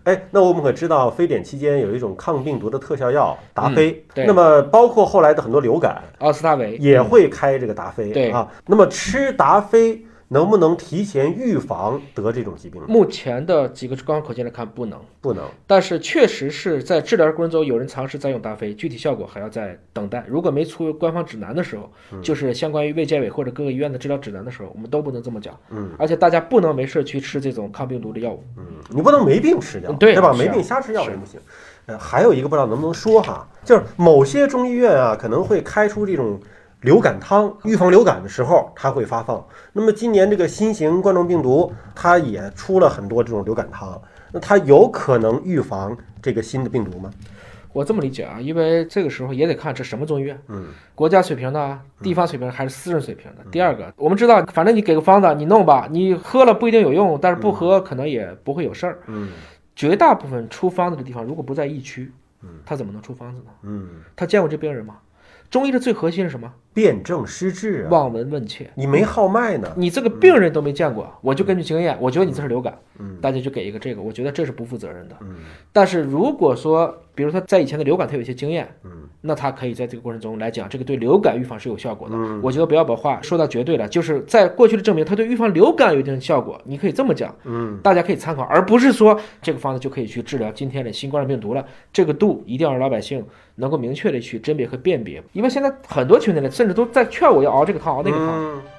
那我们可知道非典期间有一种抗病毒的特效药达菲， 对， 那么包括后来的很多流感， 奥司他韦也会开这个达菲， 对啊。那么吃达菲能不能提前预防得这种疾病？ 目前的几个官方口径来看，不能。但是确实是在治疗过程中有人尝试在用达菲，具体效果还要再等待。如果没出官方指南的时候，就是相关于卫健委或者各个医院的治疗指南的时候，我们都不能这么讲。而且大家不能没事去吃这种抗病毒的药物。 你不能没病吃掉，对吧？没病瞎吃药也不行。还有一个不知道能不能说哈，就是某些中医院啊可能会开出这种流感汤，预防流感的时候它会发放。那么今年这个新型冠状病毒，它也出了很多这种流感汤，那它有可能预防这个新的病毒吗？ 我这么理解啊，因为这个时候也得看这什么中医院，国家水平的、地方水平还是私人水平的。第二个，我们知道，反正你给个方子，你弄吧，你喝了不一定有用，但是不喝可能也不会有事儿。绝大部分出方子的地方，如果不在疫区，他怎么能出方子呢？他见过这病人吗？中医的最核心是什么？ 辨证施治啊， 望闻问切。 你没号脉呢， 你这个病人都没见过，我就根据经验，我觉得你这是流感，大家就给一个这个，我觉得这是不负责任的。但是如果说，比如说在以前的流感他有一些经验，那他可以在这个过程中来讲，这个对流感预防是有效果的。我觉得不要把话说到绝对了，就是在过去的证明，它对预防流感有一定的效果，你可以这么讲，大家可以参考，而不是说这个方子就可以去治疗今天的新冠病毒了。这个度一定要让老百姓能够明确的去甄别和辨别，因为现在很多群体呢，甚至都在劝我要熬这个汤熬那个汤。